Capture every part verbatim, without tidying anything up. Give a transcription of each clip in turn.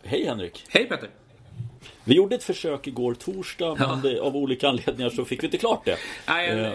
Hej Henrik. Hej Petter. Vi gjorde ett försök igår torsdag, ja. men det, av olika anledningar så fick vi inte klart det. Nej, en,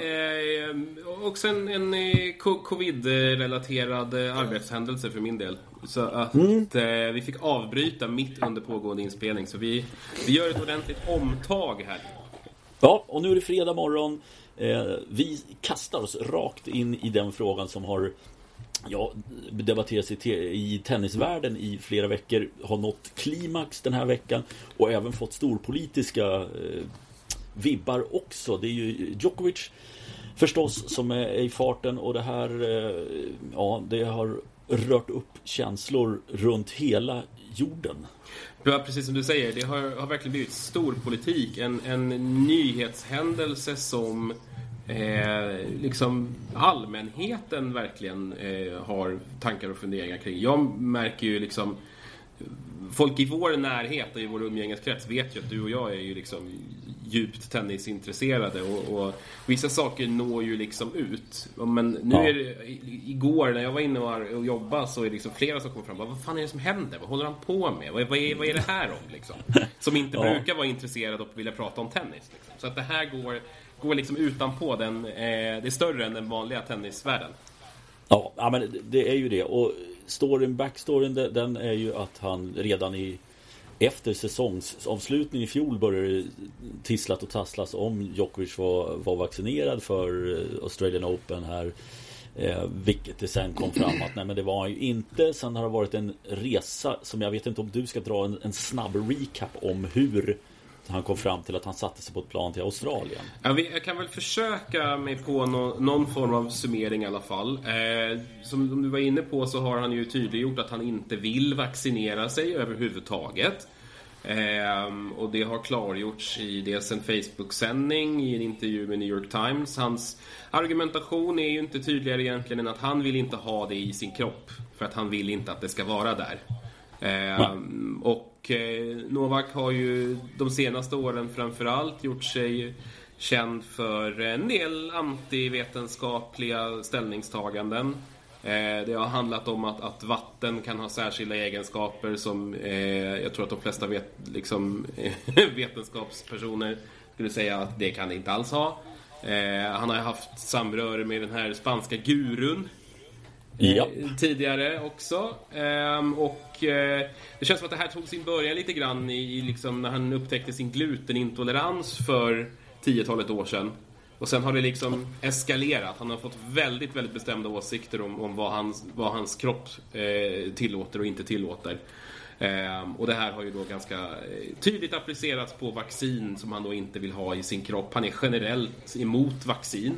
eh, också en, en covid-relaterad arbetshändelse för min del. Så att mm. eh, vi fick avbryta mitt under pågående inspelning. Så vi, vi gör ett ordentligt omtag här. Ja, och nu är det fredag morgon. Eh, vi kastar oss rakt in i den frågan som har ja, debatteras i, te- i tennisvärlden i flera veckor, har nått klimax den här veckan och även fått storpolitiska eh, vibbar också. Det är ju Djokovic förstås som är i farten, och det här eh, ja, det har rört upp känslor runt hela jorden. Ja, precis som du säger, det har, har verkligen blivit stor politik, en, en nyhetshändelse som Eh, liksom allmänheten verkligen eh, har tankar och funderingar kring. Jag märker ju liksom folk i vår närhet och i vår umgängeskrets vet ju att du och jag är ju liksom djupt tennisintresserade, och, och vissa saker når ju liksom ut. Men nu ja. är det, igår när jag var inne och, och jobbade så är det liksom flera som kommer fram. Vad fan är det som händer? Vad håller han på med? Vad, vad, är, vad är det här om liksom? Som inte ja. brukar vara intresserad och vilja prata om tennis liksom. Så att det här går går liksom utanpå den, eh, det är större än den vanliga tennisvärlden. Ja, ja, men det är ju det. Och storyn, backstoryn, den är ju att han redan i efter säsongsavslutning i fjol började tisslat och tasslas om Djokovic var, var vaccinerad för Australian Open här. Eh, vilket det sen kom fram att nej, men det var han ju inte. Sen har det varit en resa som jag vet inte om du ska dra en, en snabb recap om hur han kom fram till att han satte sig på ett plan till Australien. Ja, vi, jag kan väl försöka mig på no, någon form av summering i alla fall. Eh, som, som du var inne på så har han ju tydliggjort att han inte vill vaccinera sig överhuvudtaget. Eh, och det har klargjorts i dels en Facebook-sändning, i en intervju med New York Times. Hans argumentation är ju inte tydligare egentligen än att han vill inte ha det i sin kropp. För att han vill inte att det ska vara där. Eh, och eh, Novak har ju de senaste åren framförallt gjort sig känd för en del antivetenskapliga ställningstaganden. eh, Det har handlat om att, att vatten kan ha särskilda egenskaper som eh, jag tror att de flesta vet, liksom, vetenskapspersoner skulle säga att det kan det inte alls ha. eh, Han har haft samröre med den här spanska gurun Ja. tidigare också. Ehm, och eh, det känns som att det här tog sin början lite grann i, i liksom när han upptäckte sin glutenintolerans för tiotalet år sedan. Och sen har det liksom eskalerat. Han har fått väldigt, väldigt bestämda åsikter om, om vad, hans, vad hans kropp eh, tillåter och inte tillåter. Ehm, och det här har ju då ganska tydligt applicerats på vaccin som han då inte vill ha i sin kropp. Han är generellt emot vaccin.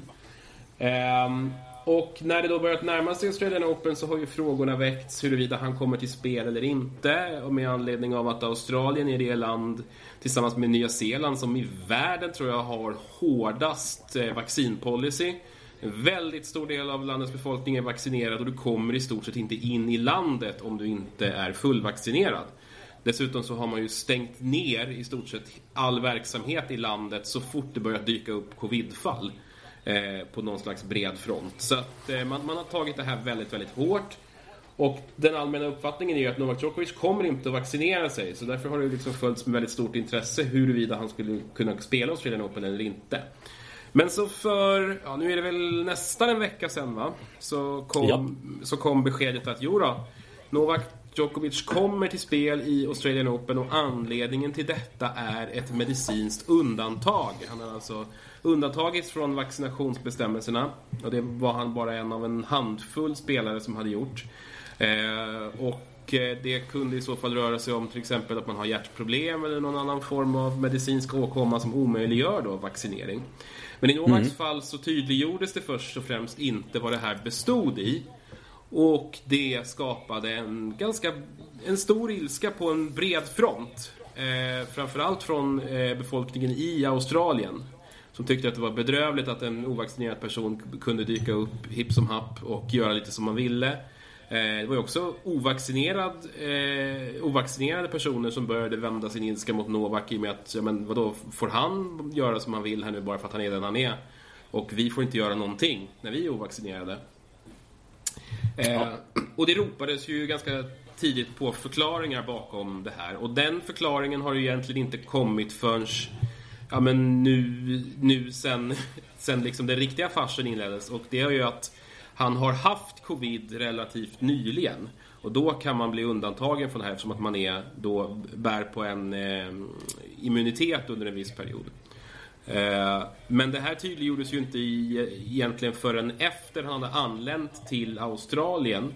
Ehm, Och när det då börjat närma sig Australian Open så har ju frågorna väckts huruvida han kommer till spel eller inte. Och med anledning av att Australien är det land tillsammans med Nya Zeeland som i världen tror jag har hårdast vaccinpolicy. En väldigt stor del av landets befolkning är vaccinerad och du kommer i stort sett inte in i landet om du inte är fullvaccinerad. Dessutom så har man ju stängt ner i stort sett all verksamhet i landet så fort det börjar dyka upp covidfall. Eh, på någon slags bred front. Så att eh, man, man har tagit det här väldigt, väldigt hårt. Och den allmänna uppfattningen är ju att Novak Djokovic kommer inte att vaccinera sig. Så därför har det liksom följts med väldigt stort intresse huruvida han skulle kunna spela Australian Open eller inte. Men så för, ja nu är det väl nästan en vecka sedan va? Så kom, ja. så kom beskedet att jo då, Novak Djokovic kommer till spel i Australian Open och anledningen till detta är ett medicinskt undantag. Han har alltså undantagits från vaccinationsbestämmelserna och det var han bara en av en handfull spelare som hade gjort. Eh, och det kunde i så fall röra sig om till exempel att man har hjärtproblem eller någon annan form av medicinsk åkomma som omöjliggör då vaccinering. Men i Novaks mm. fall så tydliggjordes det först och främst inte vad det här bestod i. Och det skapade en ganska en stor ilska på en bred front. Eh, framförallt från eh, befolkningen i Australien. Som tyckte att det var bedrövligt att en ovaccinerad person kunde dyka upp hipp som happ och göra lite som man ville. Det var ju också ovaccinerad, eh, ovaccinerade personer som började vända sin ilska mot Novak i med att, ja men vadå, får han göra som han vill här nu bara för att han är den han är? Och vi får inte göra någonting när vi är ovaccinerade. Eh, och det ropades ju ganska tidigt på förklaringar bakom det här. Och den förklaringen har ju egentligen inte kommit förrän ja, men nu, nu sen, sen liksom den riktiga farsen inleddes. Och det är ju att han har haft covid relativt nyligen. Och då kan man bli undantagen från det här eftersom att man är, då bär på en eh, immunitet under en viss period. Eh, men det här tydliggjordes ju inte i, egentligen förrän efter han hade anlänt till Australien.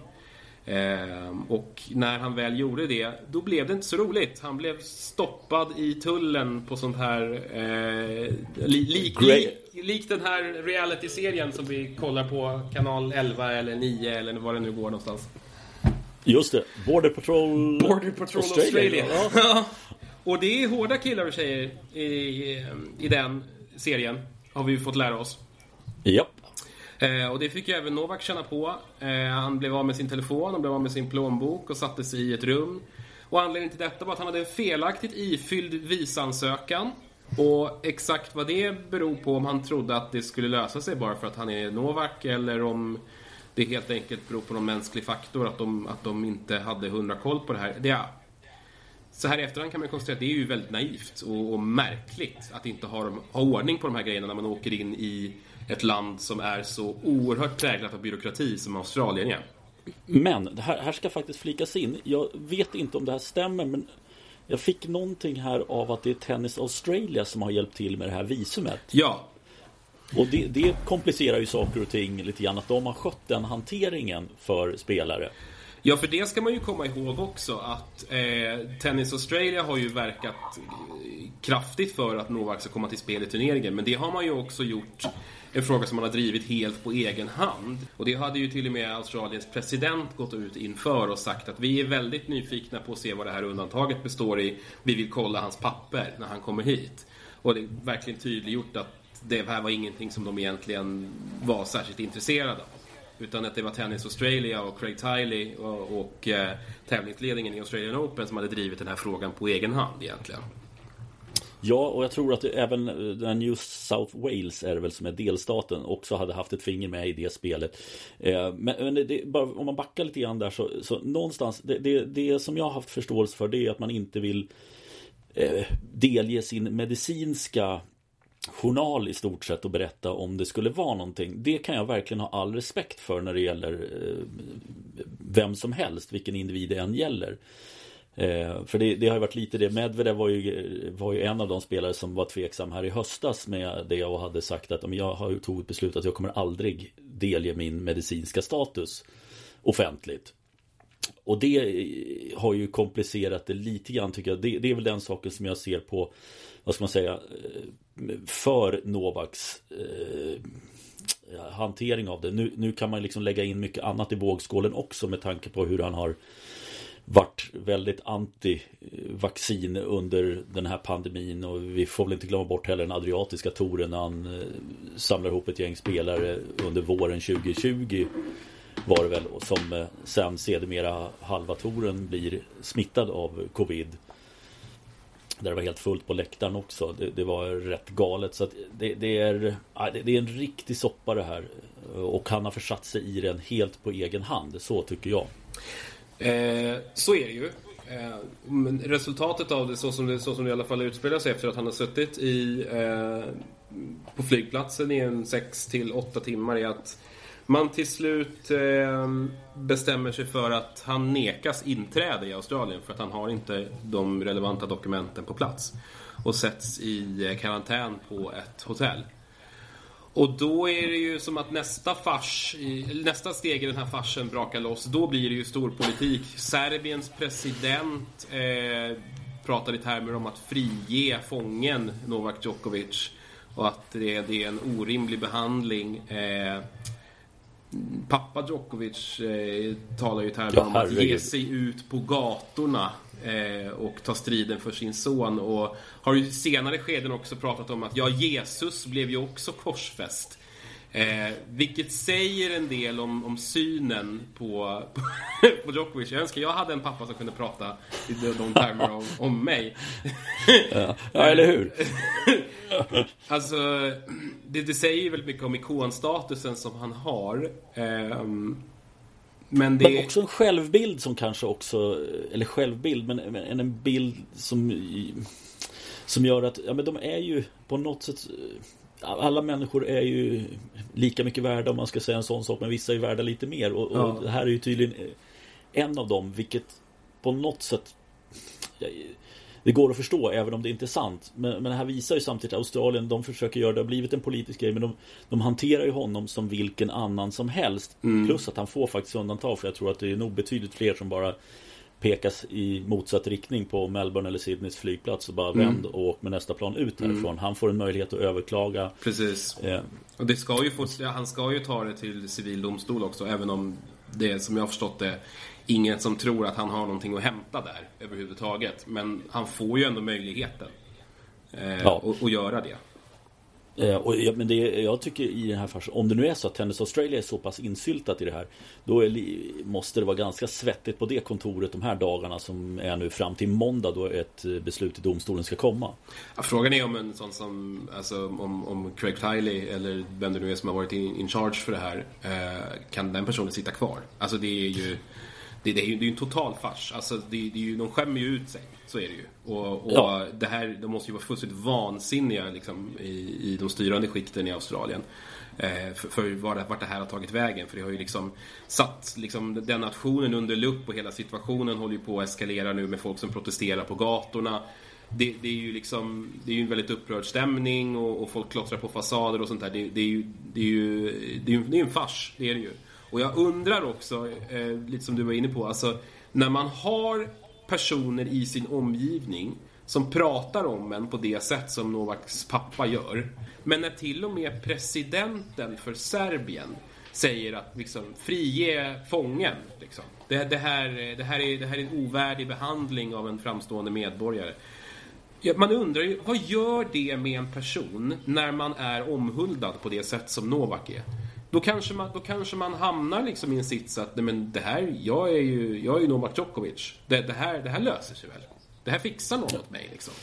Eh, och när han väl gjorde det, då blev det inte så roligt. Han blev stoppad i tullen på sånt här eh, li, lik, li, lik den här reality-serien som vi kollar på kanal elva eller nio eller vad det nu går någonstans. Just det, Border Patrol Border Patrol Australia, Australia. Ja. Och det är hårda killar och tjejer i, i den serien, har vi ju fått lära oss. Japp. Eh, och det fick ju även Novak känna på. eh, Han blev av med sin telefon, han blev av med sin plånbok och satte sig i ett rum. Och anledningen till detta var att han hade en felaktigt ifylld visansökan. Och exakt vad det beror på, om han trodde att det skulle lösa sig bara för att han är Novak, eller om det helt enkelt beror på någon mänsklig faktor, att de, att de inte hade hundra koll på det här. Det är, så här i efterhand kan man konstatera att det är ju väldigt naivt och, och märkligt att inte ha, ha ordning på de här grejerna när man åker in i ett land som är så oerhört präglat av byråkrati som Australien är. Men det här, här ska faktiskt flikas in. Jag vet inte om det här stämmer, men jag fick någonting här av att det är Tennis Australia som har hjälpt till med det här visumet. Ja. Och det, det komplicerar ju saker och ting lite grann, att de har skött den hanteringen för spelare. Ja, för det ska man ju komma ihåg också att eh, Tennis Australia har ju verkat kraftigt för att Novak ska komma till spel i turneringen. Men det har man ju också gjort en fråga som man har drivit helt på egen hand. Och det hade ju till och med Australiens president gått ut inför och sagt att vi är väldigt nyfikna på att se vad det här undantaget består i. Vi vill kolla hans papper när han kommer hit. Och det är verkligen tydliggjort att det här var ingenting som de egentligen var särskilt intresserade av. Utan att det var Tennis Australia och Craig Tiley och, och eh, tävlingsledningen i Australian Open som hade drivit den här frågan på egen hand egentligen. Ja, och jag tror att det, även den New South Wales är det väl som är delstaten, också hade haft ett finger med i det spelet. Eh, men men det, bara, om man backar lite grann där så, så någonstans, det, det, det som jag har haft förståelse för, det är att man inte vill eh, delge sin medicinska journal i stort sett och berätta om det skulle vara någonting. Det kan jag verkligen ha all respekt för när det gäller eh, vem som helst, vilken individ det än gäller. Eh, för det, det har ju varit lite det. Medvedev var ju, var ju en av de spelare som var tveksam här i höstas med det och hade sagt att om jag har ju tagit beslut att jag kommer aldrig delge min medicinska status offentligt. Och det har ju komplicerat det lite grann, tycker jag. Det, det är väl den saken som jag ser på, vad ska man säga, för Novaks eh, hantering av det. Nu, nu kan man liksom lägga in mycket annat i vågskålen också med tanke på hur han har varit väldigt anti-vaccin under den här pandemin. Och vi får väl inte glömma bort heller den adriatiska touren när han eh, samlar ihop ett gäng spelare under våren tjugo tjugo var det väl, som eh, sen sedermera halva touren blir smittad av covid. Där det var helt fullt på läktaren också. Det, det var rätt galet. Så att det, det, är, det är en riktig soppa det här. Och han har försatt sig i den helt på egen hand. Så tycker jag. Eh, så är det ju. Eh, men resultatet av det så, som det, så som det i alla fall utspelar sig efter att han har suttit i, eh, på flygplatsen i en sex till åtta timmar är att man till slut eh, bestämmer sig för att han nekas inträde i Australien för att han har inte de relevanta dokumenten på plats och sätts i karantän på ett hotell. Och då är det ju som att nästa fars, nästa steg i den här farsen brakar loss. Då blir det ju stor politik. Serbiens president eh, pratar i termer om att frige fången Novak Djokovic och att det, det är en orimlig behandling. Eh, Pappa Djokovic eh, talar ju termer om att ge sig ut på gatorna eh, och ta striden för sin son, och har ju senare skeden också pratat om att ja, Jesus blev ju också korsfäst. Eh, vilket säger en del om, om synen på, på Djokovic. Jag önskar jag hade en pappa som kunde prata i de termer om, om mig. Ja, ja, eller hur? Alltså, det, det säger ju väldigt mycket om ikonstatusen som han har. Eh, Men, det... men också en självbild som kanske också, eller självbild, men en, en bild som, som gör att, ja men de är ju på något sätt, alla människor är ju lika mycket värda om man ska säga en sån sak, men vissa är värda lite mer. Och, och ja. Det här är ju tydligen en av dem, vilket på något sätt, det går att förstå även om det inte är sant. Men, men det här visar ju samtidigt att Australien, de försöker göra det, har blivit en politisk grej, men de, de hanterar ju honom som vilken annan som helst. Mm. Plus att han får faktiskt undantag, för jag tror att det är nog betydligt fler som bara pekas i motsatt riktning på Melbourne eller Sydneys flygplats och bara mm. vänd och åk med nästa plan ut härifrån. Mm. Han får en möjlighet att överklaga. Precis. Eh. Och det ska ju få, han ska ju ta det till civildomstol också, även om det, som jag har förstått det, ingen som tror att han har någonting att hämta där överhuvudtaget. Men han får ju ändå möjligheten eh, ja. att, att göra det. Eh, och, ja, men det, jag tycker i den här fars, om det nu är så att Tennis Australia är så pass insyltat i det här, då är, måste det vara ganska svettigt på det kontoret de här dagarna som är nu fram till måndag, då ett beslut i domstolen ska komma. Ja, frågan är om en sån som, alltså, om, om Craig Tiley eller vem det nu är som har varit in, in charge för det här, eh, kan den personen sitta kvar? Alltså det är ju Det, det är ju det är en total fars. Alltså det, det är ju, de skämmer ju ut sig. Så är det ju. Och, och ja. det här, de måste ju vara fullständigt vansinniga liksom, i, i de styrande skikten i Australien. Eh, för för vart, vart det här har tagit vägen. För det har ju liksom satt liksom, den nationen under lupp, och hela situationen håller ju på att eskalera nu med folk som protesterar på gatorna. Det, det är ju liksom, det är ju en väldigt upprörd stämning, och, och folk klottrar på fasader och sånt där. Det, det är ju det är ju det är ju det är en fars, det är det ju. Och jag undrar också, eh, lite som du var inne på, alltså, när man har personer i sin omgivning som pratar om en på det sätt som Novaks pappa gör, men när till och med presidenten för Serbien säger att liksom, frige fången liksom. det, det, här, det, här är, det här är en ovärdig behandling av en framstående medborgare. Ja, man undrar ju, vad gör det med en person när man är omhuldad på det sätt som Novak är? Då kanske man, då kanske man hamnar liksom i en sits att nej, men det här, jag är ju, jag är ju Novak Djokovic. Det, det, här, det här löser sig väl. Det här fixar någon åt mig liksom.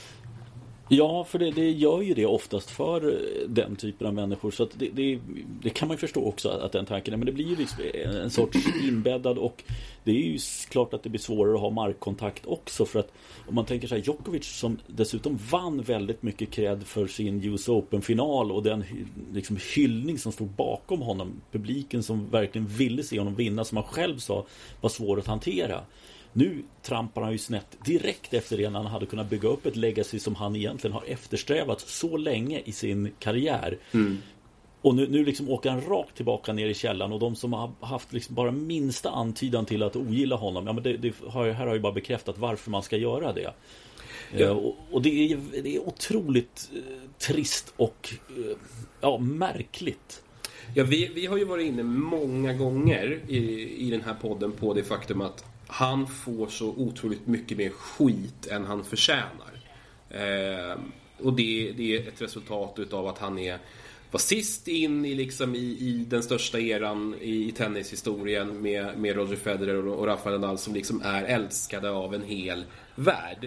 Ja, för det, det gör ju det oftast för den typen av människor. Så att det, det, det kan man ju förstå också att den tanken är. Men det blir ju liksom en sorts inbäddad, och det är ju klart att det blir svårare att ha markkontakt också. För att om man tänker så här, Djokovic som dessutom vann väldigt mycket cred för sin U S Open-final och den liksom hyllning som stod bakom honom. Publiken som verkligen ville se honom vinna, som han själv sa var svår att hantera. Nu trampar han ju snett direkt efter det, när han hade kunnat bygga upp ett legacy som han egentligen har eftersträvat så länge i sin karriär. Mm. Och nu, nu liksom åker han rakt tillbaka ner i källan, och de som har haft liksom bara minsta antydan till att ogilla honom, ja men det, det har, här har ju bara bekräftat varför man ska göra det. Ja. Uh, och, och det, är, det är otroligt uh, trist och uh, ja, märkligt. Ja, vi, vi har ju varit inne många gånger i, i den här podden på det faktum att han får så otroligt mycket mer skit än han förtjänar. Eh, och det, det är ett resultat utav att han är, var sist in i, liksom i, i den största eran i, i tennishistorien med, med Roger Federer och, och Rafael Nadal, som liksom är älskade av en hel värld.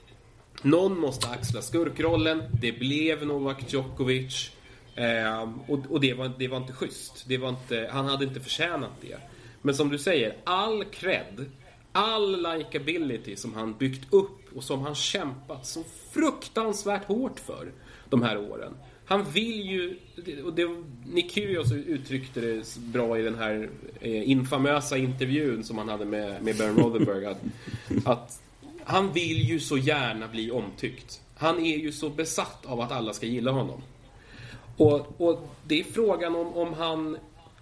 Någon måste axla skurkrollen. Det blev Novak Djokovic. Eh, och och det, var, det var inte schysst. Det var inte, han hade inte förtjänat det. Men som du säger, all cred, all likability som han byggt upp och som han kämpat så fruktansvärt hårt för de här åren. Han vill ju, och det, Nick Kyrgios uttryckte det bra i den här eh, infamösa intervjun som han hade med, med Bern Rothenberg, att, att han vill ju så gärna bli omtyckt. Han är ju så besatt av att alla ska gilla honom. Och, och det är frågan om, om han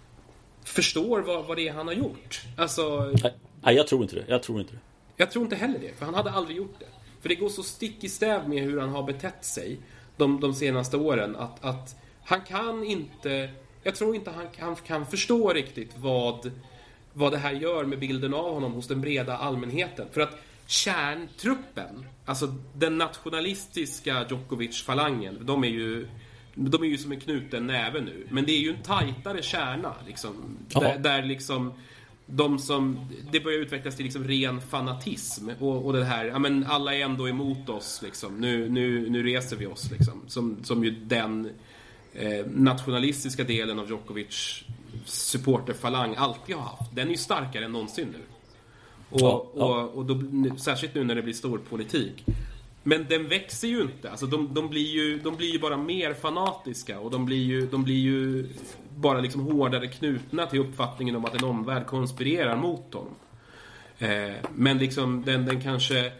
förstår vad, vad det är han har gjort. Alltså, nej, jag tror inte det. Jag tror inte det. Jag tror inte heller det, för han hade aldrig gjort det. För det går så stick i stäv med hur han har betett sig de, de senaste åren, att, att han kan inte, jag tror inte han, han kan förstå riktigt vad, vad det här gör med bilden av honom hos den breda allmänheten. För att kärntruppen, alltså den nationalistiska Djokovic-falangen, de är ju de är ju som en knuten näve nu. Men det är ju en tajtare kärna liksom, där, där liksom de som, det börjar utvecklas till liksom ren fanatism, och, och det här, ja men alla är ändå emot oss liksom. Nu, nu, nu reser vi oss liksom. Som, som ju den eh, nationalistiska delen av Djokovic supporterfalang alltid har haft, den är ju starkare än någonsin nu. Och, ja, ja. och, och då, särskilt nu när det blir stor politik. Men den växer ju inte. Alltså de, de, blir ju, de blir ju bara mer fanatiska. Och de blir ju, de blir ju bara liksom hårdare knutna till uppfattningen om att en omvärld konspirerar mot dem. Eh, men liksom den, den kanske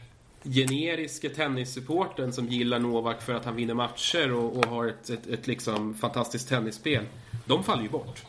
generiska tennissupporten som gillar Novak för att han vinner matcher och, och har ett, ett, ett liksom fantastiskt tennisspel, de faller ju bort.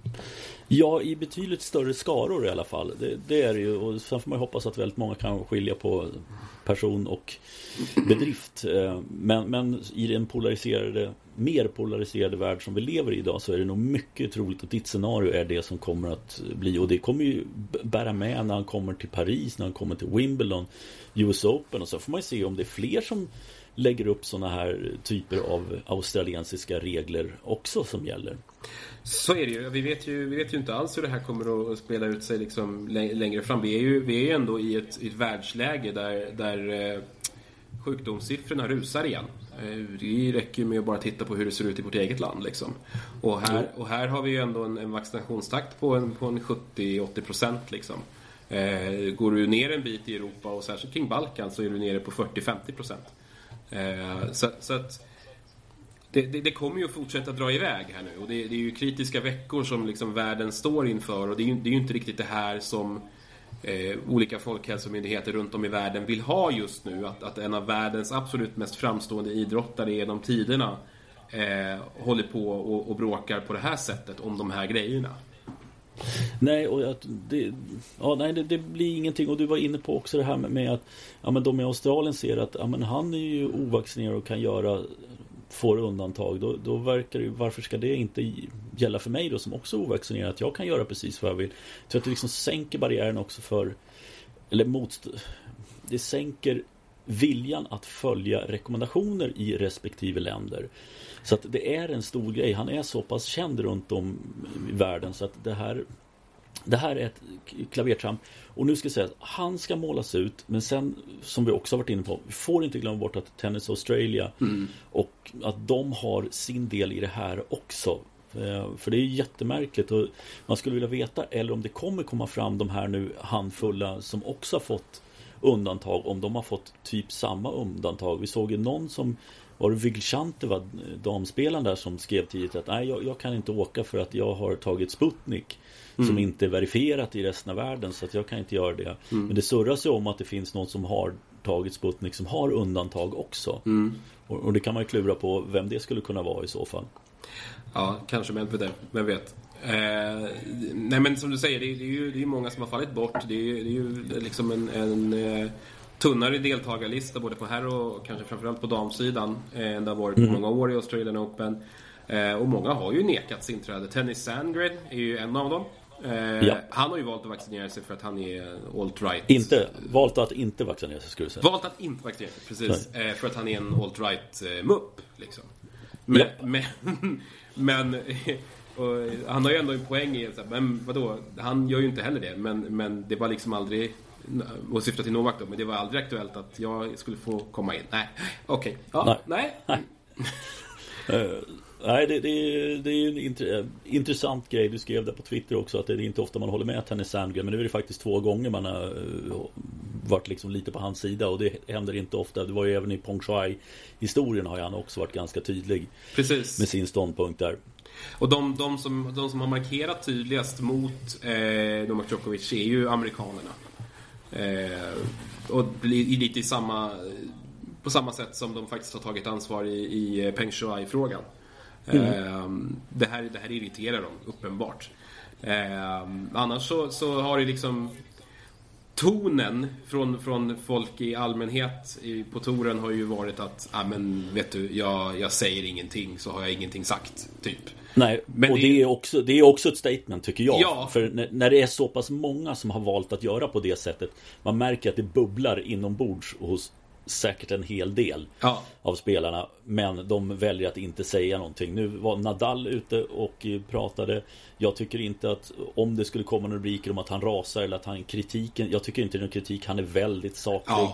Ja, i betydligt större skaror i alla fall. Det, det är det ju. Och sen får man ju hoppas att väldigt många kan skilja på person och bedrift. Men, men i den polariserade, mer polariserade värld som vi lever i idag, så är det nog mycket troligt att ditt scenario är det som kommer att bli. Och det kommer ju bära med när han kommer till Paris, när han kommer till Wimbledon, U S Open. Och så får man ju se om det är fler som lägger upp såna här typer av australiensiska regler också som gäller. Så är det ju. Vi vet ju, vi vet ju inte alls hur det här kommer att spela ut sig liksom längre fram. Vi är ju, vi är ju ändå i ett, i ett världsläge där, där eh, sjukdomssiffrorna rusar igen. Eh, det räcker med att bara titta på hur det ser ut i vårt eget land. Liksom. Och, här, och här har vi ju ändå en, en vaccinationstakt på en, på en sjuttio till åttio procent. Liksom. Eh, går du ner en bit i Europa och särskilt kring Balkan så är du nere på fyrtio till femtio procent. Eh, så, så att Det, det, det kommer ju att fortsätta dra iväg här nu. Och det, det är ju kritiska veckor som liksom världen står inför. Och det är ju, det är ju inte riktigt det här som eh, olika folkhälsomyndigheter runt om i världen vill ha just nu. Att, att en av världens absolut mest framstående idrottare genom tiderna eh, håller på och, och bråkar på det här sättet om de här grejerna. Nej, och att det, ja, nej det, det blir ingenting. Och du var inne på också det här med, med att ja, men de i Australien ser att ja, men han är ju ovaccinerad och kan göra, får undantag. Då, då verkar det, varför ska det inte gälla för mig då som också är ovaccinerad, att jag kan göra precis vad jag vill. Så att det liksom sänker barriären också för, eller motst, det sänker viljan att följa rekommendationer i respektive länder. Så att det är en stor grej. Han är så pass känd runt om i världen så att det här det här är ett klavertramp. Och nu ska jag säga att han ska målas ut, men sen, som vi också har varit inne på, vi får inte glömma bort att Tennis Australia mm. och att de har sin del i det här också. För det är jättemärkligt och man skulle vilja veta, eller om det kommer komma fram de här nu handfulla som också har fått undantag, om de har fått typ samma undantag. Vi såg ju någon som var det Vigilchante, var damspelaren där, som skrev tidigt att nej, jag, jag kan inte åka för att jag har tagit Sputnik mm. som inte är verifierat i resten av världen, så att jag kan inte göra det. Mm. Men det surras ju om att det finns någon som har tagit Sputnik som har undantag också. Mm. Och, och det kan man ju klura på vem det skulle kunna vara i så fall. Ja, kanske, men det, vem vet. Eh, nej, men som du säger, det är, det är ju det är många som har fallit bort. Det är, det är ju liksom en, en eh, tunnare deltagarlista både på herr och kanske framförallt på damsidan eh, än det har varit på mm. många år i Australian Open. Eh, och många har ju nekat sin träde. Tennis Sandgren är ju en av dem. Eh, ja. Han har ju valt att vaccinera sig för att han är alt-right. Inte, valt att inte vaccinera sig, skulle du säga. Valt att inte vaccinera sig, precis. Eh, för att han är en alt-right eh, mupp, liksom. Men, ja. men, men och han har ju ändå en poäng i så här, men vadå, han gör ju inte heller det, men, men det var liksom aldrig, och syftar till Novak då, men det var aldrig aktuellt att jag skulle få komma in. Nej, okej, okay. ja, nej, nej. nej. uh, nej, det, det, är, det är ju en inter, intressant grej. Du skrev det på Twitter också, att det är inte ofta man håller med Tennis Sandgren, men nu är det faktiskt två gånger man har uh, varit liksom lite på hans sida, och det händer inte ofta. Det var ju även i Peng Shuai-historien har han också varit ganska tydlig. Precis. Med sin ståndpunkt där. Och de, de, som, de som har markerat tydligast mot eh, Novak Djokovic är ju amerikanerna. Eh, och lite i samma, på samma sätt som de faktiskt har tagit ansvar i, i Peng Shuai-frågan. Mm. Eh, det, här, det här irriterar dem uppenbart. Eh, annars så, så har det liksom tonen från, från folk i allmänhet i, på touren har ju varit att ah, men vet du, jag, jag säger ingenting, så har jag ingenting sagt, typ. Nej, men och det, det, är också, det är också ett statement, tycker jag. Ja. För när, när det är så pass många som har valt att göra på det sättet, man märker att det bubblar inombords hos säkert en hel del ja. av spelarna, men de väljer att inte säga någonting. Nu var Nadal ute och pratade. Jag tycker inte att, om det skulle komma några rubriker om att han rasar eller att han kritiken, jag tycker inte det är någon kritik, han är väldigt saklig. Ja.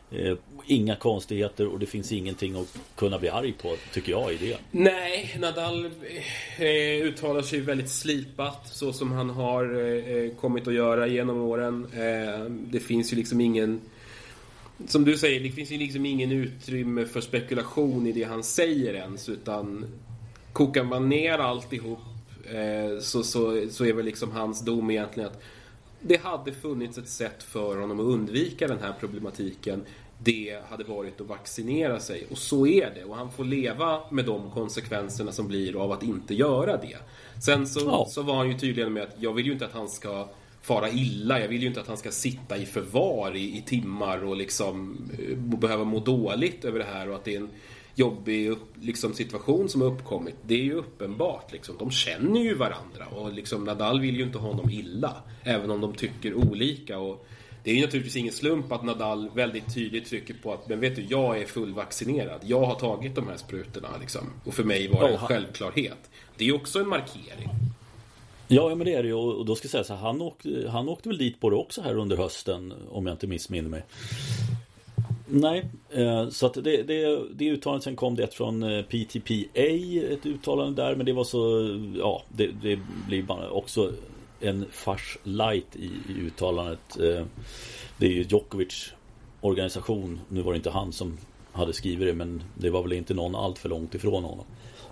Eh, inga konstigheter och det finns ingenting att kunna bli arg på, tycker jag, i det. Nej, Nadal eh, uttalar sig väldigt slipat så som han har eh, kommit att göra genom åren. Eh, det finns ju liksom ingen, som du säger, det finns ju liksom ingen utrymme för spekulation i det han säger ens, utan kokar man ner alltihop eh, så, så, så är väl liksom hans dom egentligen att det hade funnits ett sätt för honom att undvika den här problematiken. Det hade varit att vaccinera sig. Och så är det. Och han får leva med de konsekvenserna som blir av att inte göra det. Sen så, ja. så var han ju tydligen med att jag vill ju inte att han ska fara illa. Jag vill ju inte att han ska sitta i förvar i, i timmar och liksom uh, behöva må dåligt över det här. Och att det är en jobbig liksom, situation som har uppkommit. Det är ju uppenbart. Liksom. De känner ju varandra. Och liksom, Nadal vill ju inte honom illa. Även om de tycker olika. Och det är ju naturligtvis ingen slump att Nadal väldigt tydligt trycker på att men vet du, jag är fullvaccinerad. Jag har tagit de här sprutorna. Liksom. Och för mig var det en självklarhet. Det är ju också en markering. Ja, men det är det ju. Och då ska jag säga så här, han åkte, han åkte väl dit på det också här under hösten, om jag inte missminner mig. Nej, så att det, det, det uttalandet, sen kom det från P T P A, ett uttalande där, men det var så, ja, det, det blir bara också en fars light i, i uttalandet. Det är ju Djokovic organisation, nu var det inte han som hade skrivit det, men det var väl inte någon allt för långt ifrån honom.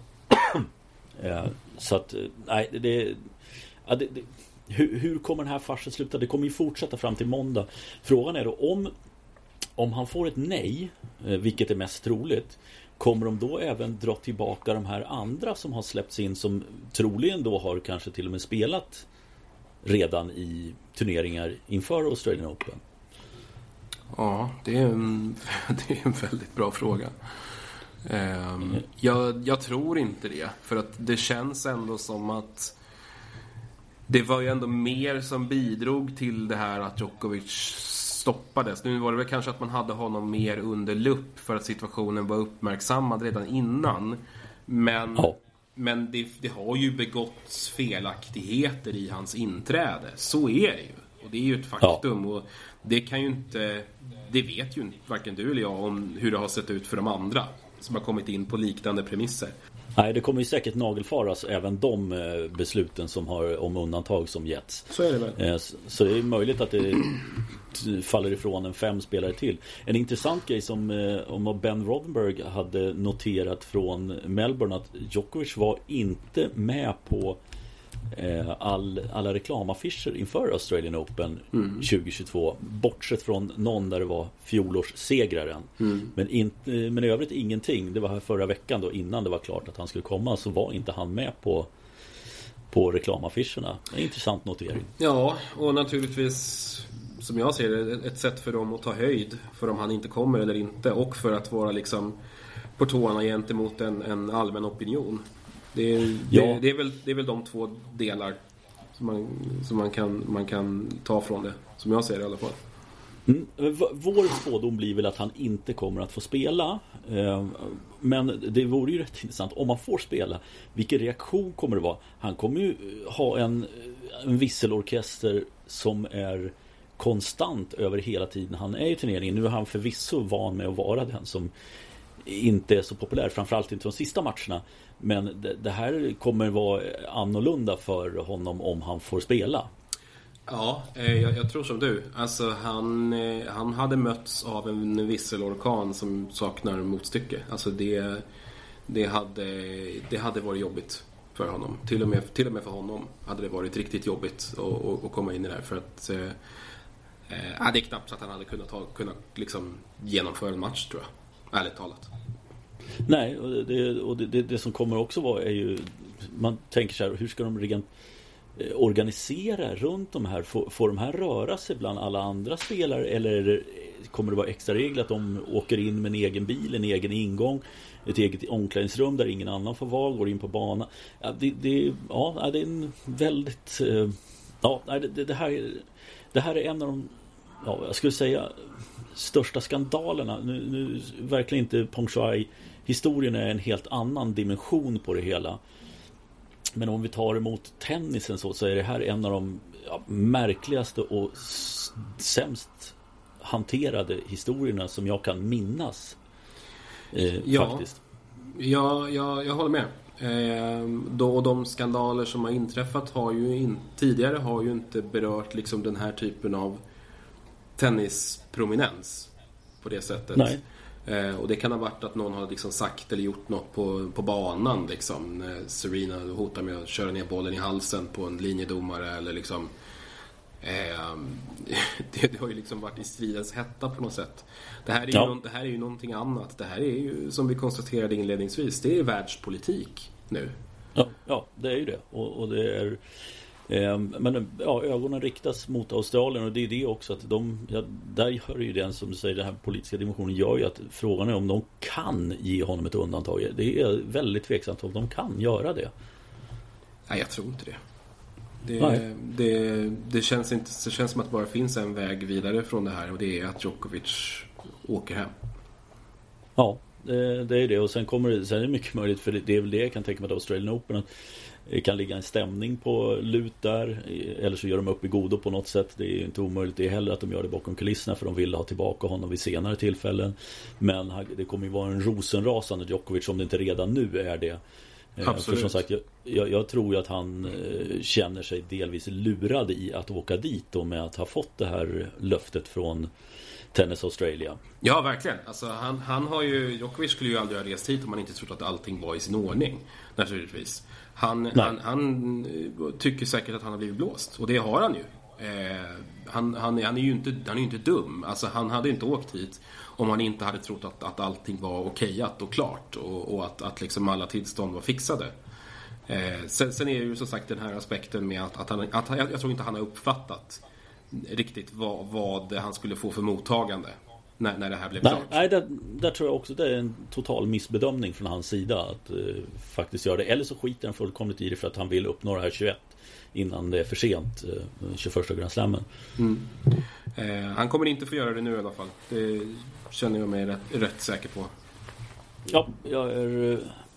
Så att, nej, det, ja, det, det hur, hur kommer den här farsen sluta? Det kommer ju fortsätta fram till måndag. Frågan är då om Om han får ett nej, vilket är mest troligt, kommer de då även dra tillbaka de här andra som har släppts in, som troligen då har kanske till och med spelat redan i turneringar inför Australian Open? Ja, det är en, det är en väldigt bra fråga. Um, jag, jag tror inte det, för att det känns ändå som att det var ju ändå mer som bidrog till det här att Djokovic stoppades. Nu var det väl kanske att man hade honom mer under lupp för att situationen var uppmärksammad redan innan. Men, ja. men det, det har ju begåtts felaktigheter i hans inträde. Så är det ju. Och det är ju ett faktum. Ja. Och det kan ju inte, det vet ju varken du eller jag om hur det har sett ut för de andra som har kommit in på liknande premisser. Nej, det kommer ju säkert nagelfaras även de besluten som har om undantag som getts. Så är det väl. Så det är möjligt att det faller ifrån en fem spelare till. En intressant grej som om Ben Rothenberg hade noterat från Melbourne, att Djokovic var inte med på all, alla reklamaffischer inför Australian Open mm. tjugo tjugotvå, bortsett från någon där det var fjolårssegraren. Mm. Men, inte, men i övrigt ingenting. Det var här förra veckan då, innan det var klart att han skulle komma, så var inte han med på på reklamaffischerna. En intressant notering. Ja, och naturligtvis som jag ser det, ett sätt för dem att ta höjd för om han inte kommer eller inte, och för att vara liksom på tårna gentemot en, en allmän opinion. Det är, ja. det, det, är väl, det är väl de två delar som man, som man, kan, man kan ta från det, som jag ser det i alla fall. Mm. Vår spådom blir väl att han inte kommer att få spela, men det vore ju rätt intressant om man får spela. Vilken reaktion kommer det vara? Han kommer ju ha en, en visselorkester som är konstant över hela tiden han är i turneringen. Nu är han förvisso van med att vara den som inte är så populär, framförallt inte de sista matcherna. Men det, det här kommer vara annorlunda för honom om han får spela. Ja, eh, jag, jag tror som du. Alltså han, eh, han hade mötts av en visselorkan som saknar motstycke. Alltså det, det, hade, det hade varit jobbigt för honom. Till och med, till och med för honom hade det varit riktigt jobbigt att, att, att komma in i det här. För att eh, eh, det är knappt så att han hade kunnat, ha, kunnat liksom genomföra en match, tror jag. Ärligt talat. Nej, och det, och det, det, det som kommer också vara är ju, man tänker så här, hur ska de rent organisera runt de här? Får, får de här röra sig bland alla andra spelare, eller kommer det vara extra regler att de åker in med en egen bil, en egen ingång, ett eget omklädningsrum där ingen annan får vara, går in på banan? Ja, det, det, ja, det är en väldigt ja, det, det, här, det här är en av de, ja, jag skulle säga största skandalerna. Nu, nu verkligen inte Peng Shuai. Historien är en helt annan dimension på det hela. Men om vi tar emot tennisen så, så är det här en av de ja, märkligaste och s- sämst hanterade historierna som jag kan minnas. Eh, ja, faktiskt. Ja, ja, jag håller med. Eh, då, och de skandaler som har inträffat har ju in, tidigare har ju inte berört liksom den här typen av tennisprominens på det sättet. Nej. Eh, och det kan ha varit att någon har liksom sagt eller gjort något på, på banan liksom. När Serena hotar med att köra ner bollen i halsen på en linjedomare eller liksom eh, det, det har ju liksom varit i stridens hetta på något sätt. Det här är ju, ja. någon, det här är ju någonting annat. Det här är ju, som vi konstaterade inledningsvis, det är världspolitik nu. Ja, ja det är ju det. Och, och det är eh, men ja, ögonen riktas mot Australien, och det är det också att de, ja, där gör ju den som du säger, den här politiska dimensionen gör ju att frågan är om de kan ge honom ett undantag. Det är väldigt tveksamt om de kan göra det. Nej, jag tror inte det. Det, det, det, känns inte, det känns som att det bara finns en väg vidare från det här, och det är att Djokovic åker hem. Ja, det, det är det. Och sen kommer det, sen är det mycket möjligt, för det, det är väl det jag kan tänka mig att Australian Open, att det kan ligga en stämning på lut där, eller så gör de upp i godo på något sätt. Det är inte omöjligt det heller att de gör det bakom kulisserna, för de vill ha tillbaka honom vid senare tillfällen. Men det kommer ju vara en rosenrasande Djokovic om det inte redan nu är det. Absolut. För som sagt, jag, jag, jag tror ju att han eh, känner sig delvis lurad i att åka dit, och med att ha fått det här löftet från Tennis Australia. Ja, verkligen. Alltså, han, han har ju, Djokovic skulle ju aldrig ha rest hit om man inte trott att allting var i sin ordning, naturligtvis. Han, han, han tycker säkert att han har blivit blåst, och det har han ju. Eh, han, han, han är ju inte, han är ju inte dum. Alltså, han hade inte åkt hit om han inte hade trott att, att allting var okejat och klart, och, och att, att liksom alla tillstånd var fixade. Eh, sen, sen är det ju som sagt den här aspekten med att, att, han, att jag, jag tror inte han har uppfattat riktigt vad, vad han skulle få för mottagande när, när det här blev nej, klart. Nej, där, där tror jag också det är en total missbedömning från hans sida att uh, faktiskt göra det. Eller så skiter han fullkomligt i det för att han vill uppnå det här tjugoett innan det är för sent, uh, tjugoförsta Grand Slammen. Mm. Eh, han kommer inte få göra det nu i alla fall. Det känner jag mig rätt, rätt säker på. Ja, jag är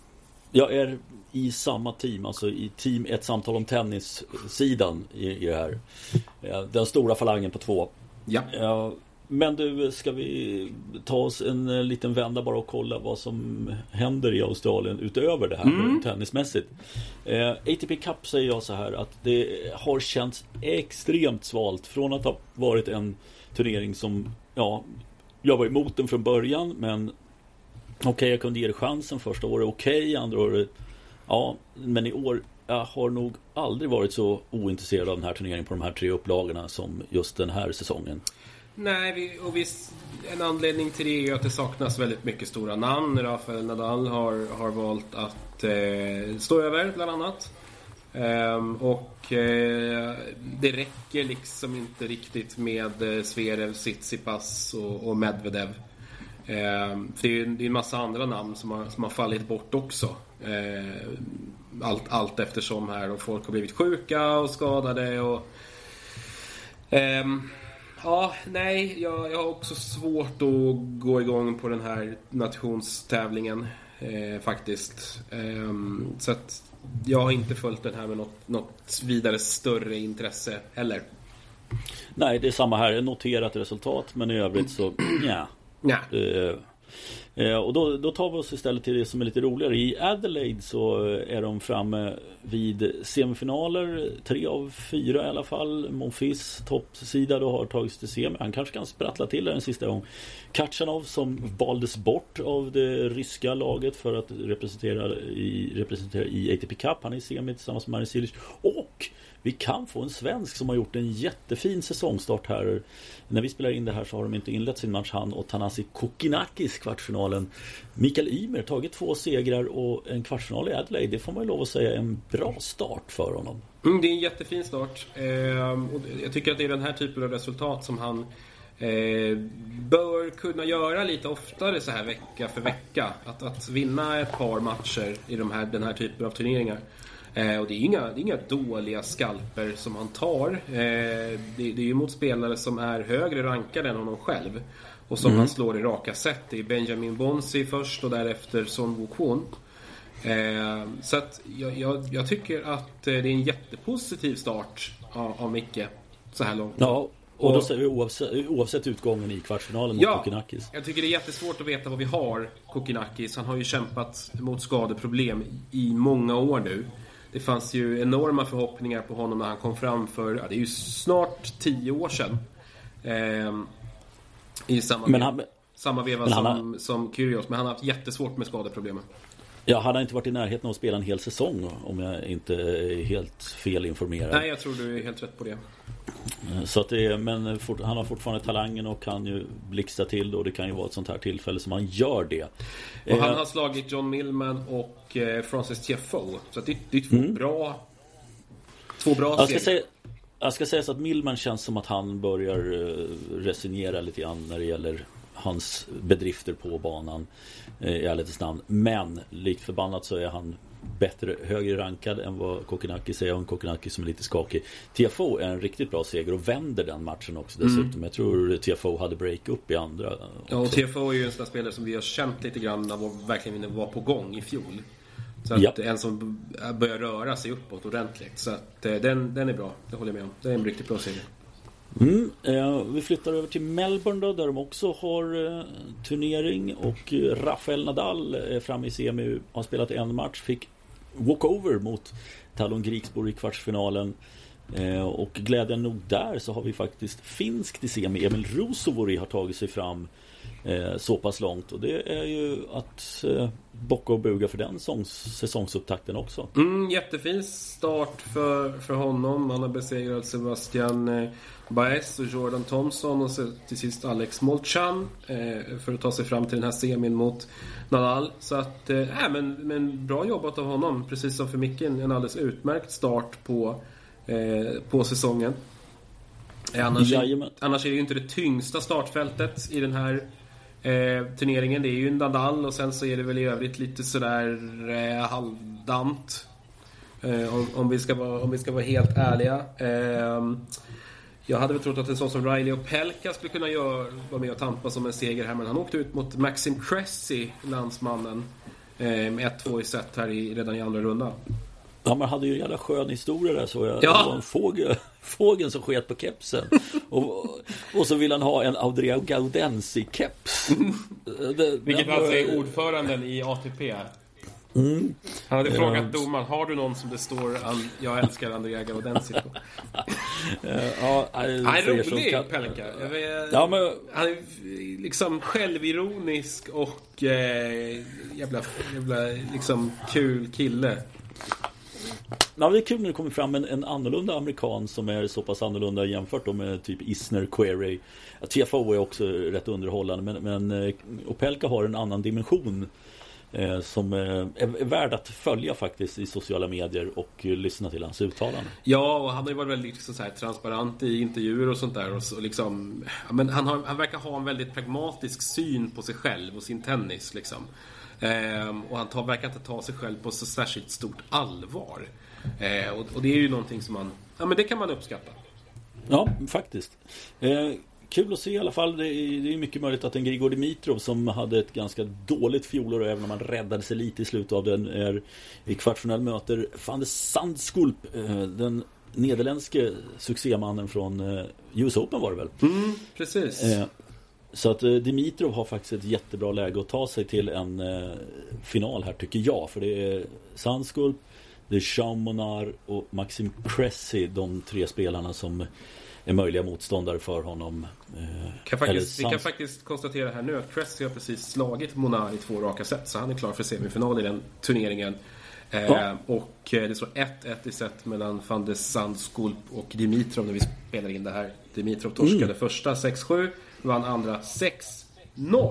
jag är i samma team, alltså i team ett samtal om tennis-sidan i, i det här. Den stora falangen på två. Ja. Ja, men du, ska vi ta oss en liten vända bara och kolla vad som händer i Australien utöver det här mm. tennismässigt. Eh, A T P Cup säger jag så här att det har känts extremt svalt från att ha varit en turnering som, ja, jag var emot den från början, men okej, okay, jag kunde ge det chansen första året, okej, okay, andra året, ja, men i år jag har nog aldrig varit så ointresserad av den här turneringen på de här tre upplagorna som just den här säsongen. Nej, vi, och visst, en anledning till det är att det saknas väldigt mycket stora namn. Rafael Nadal har, har valt att eh, stå över bland annat. Ehm, och eh, det räcker liksom inte riktigt med eh, Zverev, Tsitsipas och, och Medvedev. Ehm, för det är, det är en massa andra namn som har, som har fallit bort också. Ehm, allt, allt eftersom här, och folk har blivit sjuka och skadade och... Ehm, Ja, nej, jag, jag har också svårt att gå igång på den här nationstävlingen eh, faktiskt. Eh, så att jag har inte följt den här med något, något vidare större intresse heller. Nej, det är samma här. Noterat resultat, men i övrigt så ja. Ja. Eh, eh, och då, då tar vi oss istället till det som är lite roligare. I Adelaide så är de framme vid semifinaler. Tre av fyra i alla fall. Monfils toppsida då har tagits till semi. Han kanske kan sprattla till den sista gång. Kachanov som valdes bort av det ryska laget för att representera i, representera i A T P Cup. Han är i semi tillsammans med Marin Cilic. Och vi kan få en svensk som har gjort en jättefin säsongstart här. När vi spelar in det här så har de inte inlett sin match, han och Thanasi Kokkinakis kvartsfinalen. Mikael Ymer tagit två segrar och en kvartsfinal i Adelaide. Det får man ju lov att säga är en bra start för honom. Mm, det är en jättefin start. Eh, och jag tycker att det är den här typen av resultat som han eh, bör kunna göra lite oftare så här vecka för vecka. Att, att vinna ett par matcher i de här, den här typen av turneringar. Eh, och det är inga, det är inga dåliga skalper som han tar. Eh, det, det är ju mot spelare som är högre rankade än honom själv. Och som mm. han slår i raka sätt. Det är Benjamin Bonzi först och därefter Son Wukong. Eh, så att jag, jag, jag tycker att det är en jättepositiv start av, av Micke så här långt. Ja, Och då säger vi oavsett, oavsett utgången i kvartsfinalen mot ja, Kokkinakis. Jag tycker det är jättesvårt att veta vad vi har Kokkinakis. Han har ju kämpat mot skadeproblem i många år nu. Det fanns ju enorma förhoppningar på honom när han kom fram för, ja, det är ju snart tio år sedan. Eh, I samma, men han, samma veva men som, har, som Kyrgios. Men han har haft jättesvårt med skadeproblemen. Ja, han har inte varit i närheten av att spela en hel säsong, om jag inte är helt felinformerad. Nej, jag tror du är helt rätt på det. Så att det är, men fort, han har fortfarande talangen och kan ju blixtra till det, och det kan ju vara ett sånt här tillfälle som han gör det. Och han har slagit John Millman och eh, Francis Tiafoe. Så att det, det är två mm. bra två bra jag ska, säga, jag ska säga så att Millman känns som att han börjar resignera lite grann när det gäller hans bedrifter på banan, i ärlighetens namn. Men likt förbannat så är han bättre, högre rankad än vad Kokkinakis är, och en Kokkinakis som är lite skakig. Tiafoe är en riktigt bra seger och vänder den matchen också dessutom. Mm. Jag tror Tiafoe hade break-up i andra också. Ja, och Tiafoe är ju en sån där spelare som vi har känt lite grann när vi verkligen var på gång i fjol. Så att ja. En som börjar röra sig uppåt ordentligt. Så att den, den är bra, det håller jag med om. Det är en riktigt bra seger. Mm, eh, vi flyttar över till Melbourne då, där de också har eh, turnering, och eh, Rafael Nadal är framme i semi, har spelat en match, fick walkover mot Talon Grieksborg i kvartsfinalen, eh, och glädjande nog där så har vi faktiskt finskt i semi. Emil Rusovori har tagit sig fram eh, så pass långt, och det är ju att eh, bocka och buga för den sångs- säsongsupptakten också. Mm, jättefin start för, för honom. Han har besegrat Sebastian eh, Baez och Jordan Thompson och så till sist Alex Molchan eh, för att ta sig fram till den här semin mot Nadal. Så att, eh, men, men bra jobbat av honom, precis som för Micke, en alldeles utmärkt start på, eh, på säsongen. Eh, annars, annars är det ju inte det tyngsta startfältet i den här eh, turneringen. Det är ju Nadal, och sen så är det väl i övrigt lite sådär eh, halvdant. Eh, om, om, vi ska vara, om vi ska vara helt ärliga. Eh, Jag hade väl trott att en sån som Riley Opelka skulle kunna göra, vara med och tampa som en seger här, men han åkte ut mot Maxim Cressy, landsmannen, med ett två i set här i, redan i andra rundan. Ja, man hade ju en jävla skön historia där, så jag. Ja. Det var en fågel, fågeln som sket på kepsen. och, och så vill han ha en Andrea Gaudenzi-keps. det, Vilket alltså är ordföranden i A T P. Mm. Han hade frågat uh, domaren, har du någon som det står an, jag älskar Andrea Gaudenzi på? Ja, han är rolig, kan... Pelka. Ja, men... Han är liksom självironisk och eh, jävla, jävla liksom kul kille. Ja, det är kul när det kommer fram en, en annorlunda amerikan som är så pass annorlunda jämfört med typ Isner, Query. Tiafoe är också rätt underhållande, men, men Opelka har en annan dimension eh, som eh, är värd att följa faktiskt i sociala medier och eh, lyssna till hans uttalanden. Ja, och han har ju varit väldigt liksom, så här, transparent i intervjuer och sånt där. Och så, liksom, ja, men han, har, han verkar ha en väldigt pragmatisk syn på sig själv och sin tennis liksom. Eh, och han tar, verkar inte ta sig själv på så särskilt stort allvar. Eh, och, och det är ju någonting som man, ja men det kan man uppskatta. Ja, faktiskt. Eh, kul att se i alla fall. Det är, det är mycket möjligt att en Grigor Dimitrov som hade ett ganska dåligt fjolår, och även om man räddade sig lite i slutet av den, är i kvartsfinal möter van de Zandsculp, eh, den nederländske succémannen från eh, U S Open var det väl? Mm, precis. Eh, Så att eh, Dimitrov har faktiskt ett jättebra läge att ta sig till en eh, final här, tycker jag. För det är Zandsculp, det är Jean Monard och Maxim Cressy, de tre spelarna som är möjliga motståndare för honom. Eh, kan faktiskt, vi kan faktiskt konstatera här nu att Cressy har precis slagit Monard i två raka set, så han är klar för semifinal i den turneringen. Eh, ja. Och eh, det står ett ett i set mellan van de Zandsculp och Dimitrov när vi spelar in det här. Dimitrov torskade mm. första sex sju, vann andra sex noll.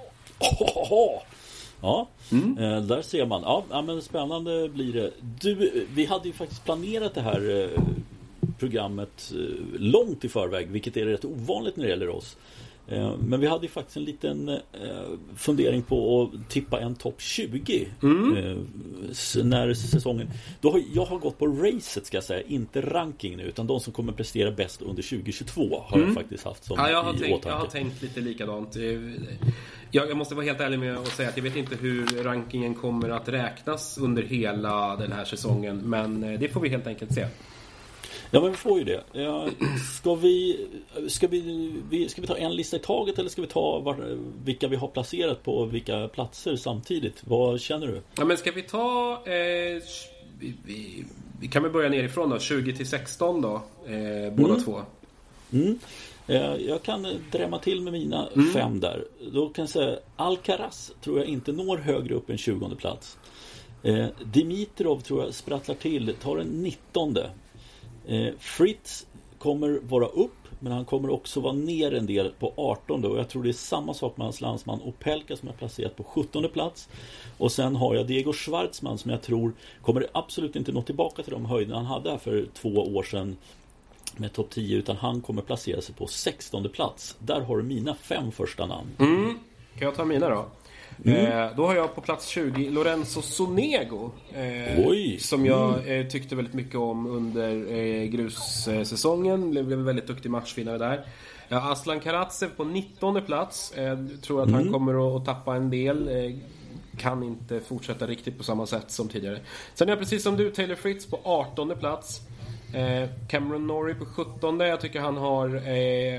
Ohoho. Ja, mm. eh, där ser man. Ja, ja, men spännande blir det. Du, vi hade ju faktiskt planerat det här eh, programmet eh, långt i förväg, vilket är rätt ovanligt när det gäller oss. Eh, men vi hade ju faktiskt en liten eh, fundering på att tippa en topp tjugo mm. eh, när säsongen. Då har, jag har gått på racet, ska jag säga, inte rankingen nu, utan de som kommer prestera bäst under tjugo tjugotvå har mm. jag faktiskt haft som ja, jag har i tänkt, åtanke. Jag har tänkt lite likadant. Jag, jag måste vara helt ärlig med att säga att jag vet inte hur rankingen kommer att räknas under hela den här säsongen, men det får vi helt enkelt se. Ja, men vi får ju det. Ja, ska, vi, ska, vi, vi, ska vi ta en lista i taget eller ska vi ta var, vilka vi har placerat på vilka platser samtidigt? Vad känner du? Ja, men ska vi ta... Eh, vi, vi, vi kan väl börja nerifrån då. tjugo till sexton då. Eh, båda mm. två. Mm. Eh, jag kan drämma till med mina mm. fem där. Då kan jag säga Alcaraz tror jag inte når högre upp än tjugonde plats. Eh, Dimitrov tror jag sprattlar till, tar en nittonde. Eh, Fritz kommer vara upp, men han kommer också vara ner en del på artonde, och jag tror det är samma sak med hans landsman Opelka som är placerat på sjuttonde plats. Och sen har jag Diego Schwartzman som jag tror kommer absolut inte nå tillbaka till de höjderna han hade här för två år sedan med topp tio, utan han kommer placera sig på sextonde plats. Där har du mina fem första namn. Mm. Kan jag ta mina då? Mm. Eh, då har jag på plats tjugo Lorenzo Sonego, eh, Oj. som jag eh, tyckte väldigt mycket om under eh, grussäsongen. Blev en väldigt duktig matchvinnare där. Ja, Aslan Karatsev på nittonde plats. eh, Tror att mm. han kommer att tappa en del. eh, Kan inte fortsätta riktigt på samma sätt som tidigare. Sen är jag precis som du, Taylor Fritz på artonde plats. eh, Cameron Norrie på sjuttonde. Jag tycker han har eh,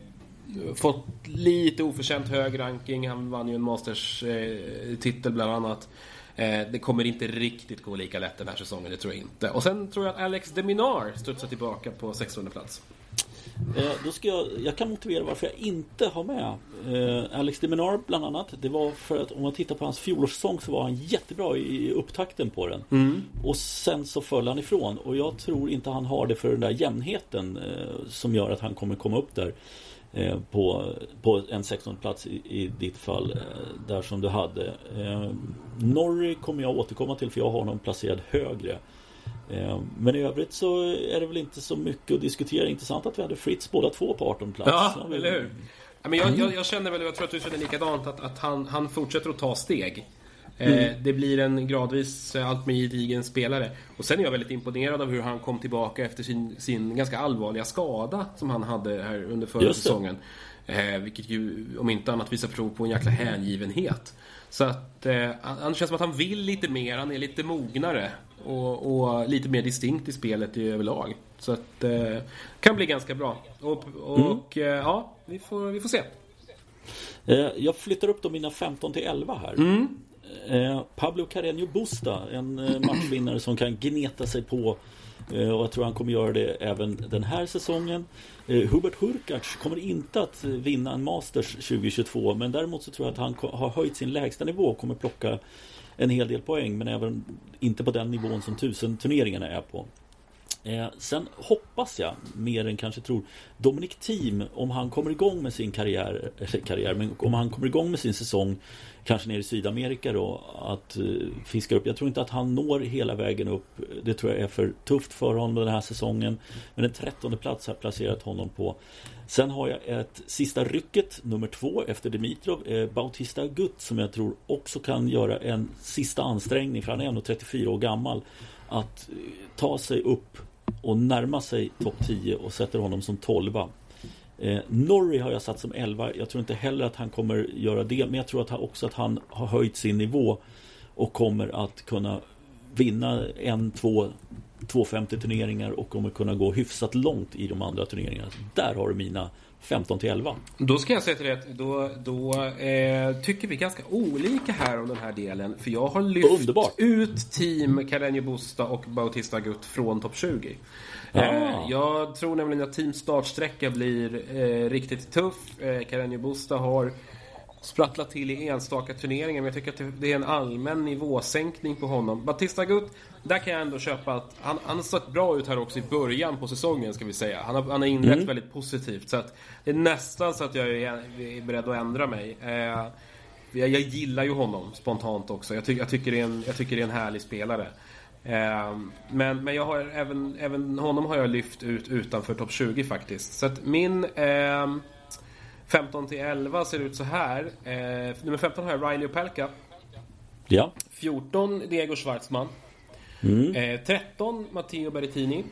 fått lite oförtjänt hög ranking. Han vann ju en Masters eh, titel bland annat. eh, Det kommer inte riktigt gå lika lätt den här säsongen, det tror jag inte. Och sen tror jag att Alex de Minaur studsar tillbaka på sextonde plats. eh, Då ska jag, jag kan motivera varför jag inte har med eh, Alex de Minaur bland annat. Det var för att om man tittar på hans fjolårssäsong så var han jättebra i upptakten på den. Mm. Och sen så föll han ifrån. Och jag tror inte han har det för den där jämnheten eh, som gör att han kommer komma upp där. På, på en sextonde plats i, i ditt fall där som du hade. eh, Norrie kommer jag återkomma till, för jag har honom placerad högre. eh, Men i övrigt så är det väl inte så mycket att diskutera. Intressant att vi hade Fritz båda två på artonde plats. Ja, vi... eller hur? Ja, men jag, jag, jag känner väl, jag tror att du känner likadant, att, att han, han fortsätter att ta steg. Mm. Eh, det blir en gradvis allt mer gedigen spelare. Och sen är jag väldigt imponerad av hur han kom tillbaka efter sin, sin ganska allvarliga skada som han hade här under förra säsongen. eh, Vilket ju om inte annat visar prov på en jäkla hängivenhet. Så att eh, han känns som att han vill lite mer. Han är lite mognare och, och lite mer distinkt i spelet i överlag. Så att eh, kan bli ganska bra. Och, och mm. eh, ja, vi får, vi får se. eh, Jag flyttar upp då mina femton till elva här. Mm. Eh, Pablo Carreño Busta, en eh, matchvinnare som kan gneta sig på, eh, och jag tror han kommer göra det även den här säsongen. eh, Hubert Hurkacz kommer inte att vinna en Masters tjugo tjugotvå, men däremot så tror jag att han har höjt sin lägsta nivå och kommer plocka en hel del poäng, men även inte på den nivån som tusen turneringarna är på. Eh, sen hoppas jag, mer än kanske tror, Dominic Thiem, om han kommer igång med sin karriär, eller karriär men om han kommer igång med sin säsong kanske nere i Sydamerika då, att uh, fiska upp. Jag tror inte att han når hela vägen upp. Det tror jag är för tufft för honom den här säsongen. Men den trettonde plats har placerat honom på. Sen har jag ett sista rycket, nummer två efter Dimitrov, eh, Bautista Agut, som jag tror också kan göra en sista ansträngning, för han är ändå trettiofyra år gammal, att uh, ta sig upp och närma sig topp tio, och sätter honom som tolva. Eh, Norrie har jag satt som elva. Jag tror inte heller att han kommer göra det, men jag tror att han, också att han har höjt sin nivå och kommer att kunna vinna en, två, tvåhundrafemtio turneringar och kommer kunna gå hyfsat långt i de andra turneringarna. Så där har du mina femton till elva. Då ska jag säga till dig att då, då eh, tycker vi ganska olika här om den här delen. För jag har lyft Underbart. ut team Carreño Busta och Bautista Agut från topp tjugo. Ah. Eh, jag tror nämligen att teams startsträcka blir eh, riktigt tuff. eh, Carreño Busta har sprattlat till i enstaka turneringar, men jag tycker att det är en allmän nivåsänkning på honom. Bautista Agut, där kan jag ändå köpa att han, han har sett bra ut här också i början på säsongen, ska vi säga. Han har, han har inlett mm. väldigt positivt, så att det är nästan så att jag är, är beredd att ändra mig. eh, jag, jag gillar ju honom spontant också. Jag, ty, jag, tycker, det är en, jag tycker det är en härlig spelare. Eh, men, men jag har även, även honom har jag lyft ut utanför topp tjugo faktiskt. Så att min eh, femton till elva ser ut så här. Eh, nummer femton har jag Riley Opelka. Ja. fjorton Diego Schwartzman. Mm. Eh, tretton Matteo Berrettini.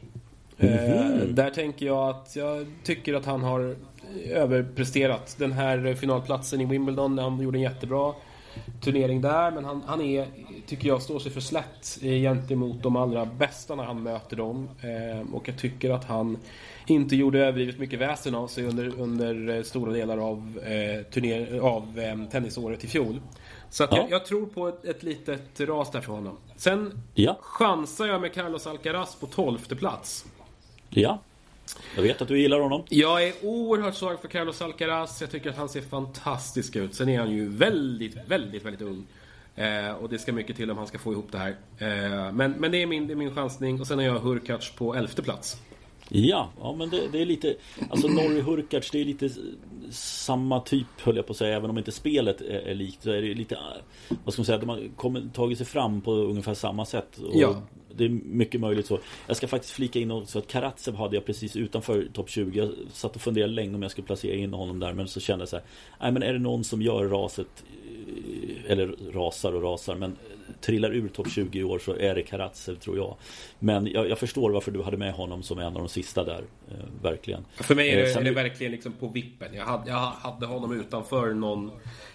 Mm-hmm. Eh, där tänker jag att jag tycker att han har överpresterat. Den här finalplatsen i Wimbledon, han gjorde en jättebra turnering där, men han, han är, tycker jag, står sig för slätt gentemot de allra bästa när han möter dem. Eh, och jag tycker att han inte gjorde överdrivet mycket väsen av sig under, under stora delar av, eh, turner, av eh, tennisåret i fjol. Så att ja. jag, jag tror på ett, ett litet ras där för honom. Sen ja. chansar jag med Carlos Alcaraz på tolfte plats. Ja, jag vet att du gillar honom. Jag är oerhört svag för Carlos Alcaraz. Jag tycker att han ser fantastisk ut. Sen är han ju väldigt, väldigt, väldigt ung. Eh, och det ska mycket till om han ska få ihop det här. Eh, men, men det är min, det är min chansning. Och sen har jag Hurkacz på elfte plats. Ja, ja men det, det är lite, alltså Norrie Hurkacz, det är lite samma typ, höll jag på att säga, även om inte spelet är, är likt, så är det lite, vad ska man säga, de har kommit, tagit sig fram på ungefär samma sätt. Och ja. Det är mycket möjligt så. Jag ska faktiskt flika in också att Karatsev hade jag precis utanför topp tjugo. Jag satt och funderade länge om jag skulle placera in honom där, men så kände jag så här, nej men är det någon som gör raset, eller rasar och rasar, men trillar ur topp tjugo i år, så är det Karatsev, tror jag. Men jag, jag förstår varför du hade med honom som en av de sista där, eh, verkligen. För mig är det, eh, är det verkligen liksom på vippen. Jag hade, jag hade honom utanför någon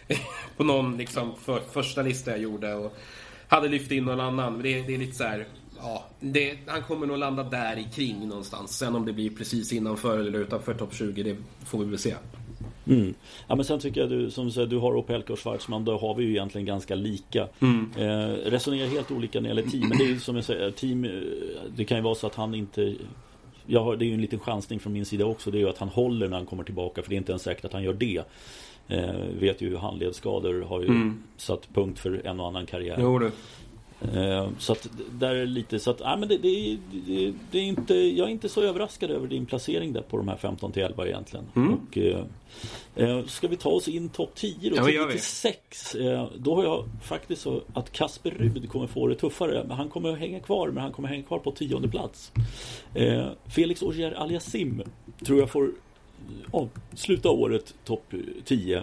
på någon liksom för, första lista jag gjorde, och hade lyft in någon annan. Men det, det är lite så här, ja, det, han kommer nog landa där i kring någonstans. Sen om det blir precis innanför eller utanför topp tjugo, det får vi väl se. Mm. Ja, men sen tycker jag du, som du säger, du har Opelka och Schwartzman, då har vi ju egentligen ganska lika. Mm. Eh, resonerar helt olika när det gäller team, men det är ju som jag säger, team, det kan ju vara så att han inte, jag har, det är ju en liten chansning från min sida också, det är ju att han håller när han kommer tillbaka, för det är inte ens säkert att han gör det. Eh, vet ju hur handledsskador har ju mm. satt punkt för en och annan karriär. Jo, det. Eh, så att där är lite så att ja, men det, det, det, det är inte, jag är inte så överraskad över din placering där på de här femton till elva egentligen. Mm. Och eh, ska vi ta oss in topp tio då, ja, tio till sex, eh, då har jag faktiskt så att Kasper Ruud kommer få det tuffare, men han kommer att hänga kvar, men han kommer att hänga kvar på tionde plats. eh, Felix Auger-Aliassime tror jag får ja, sluta året topp tio.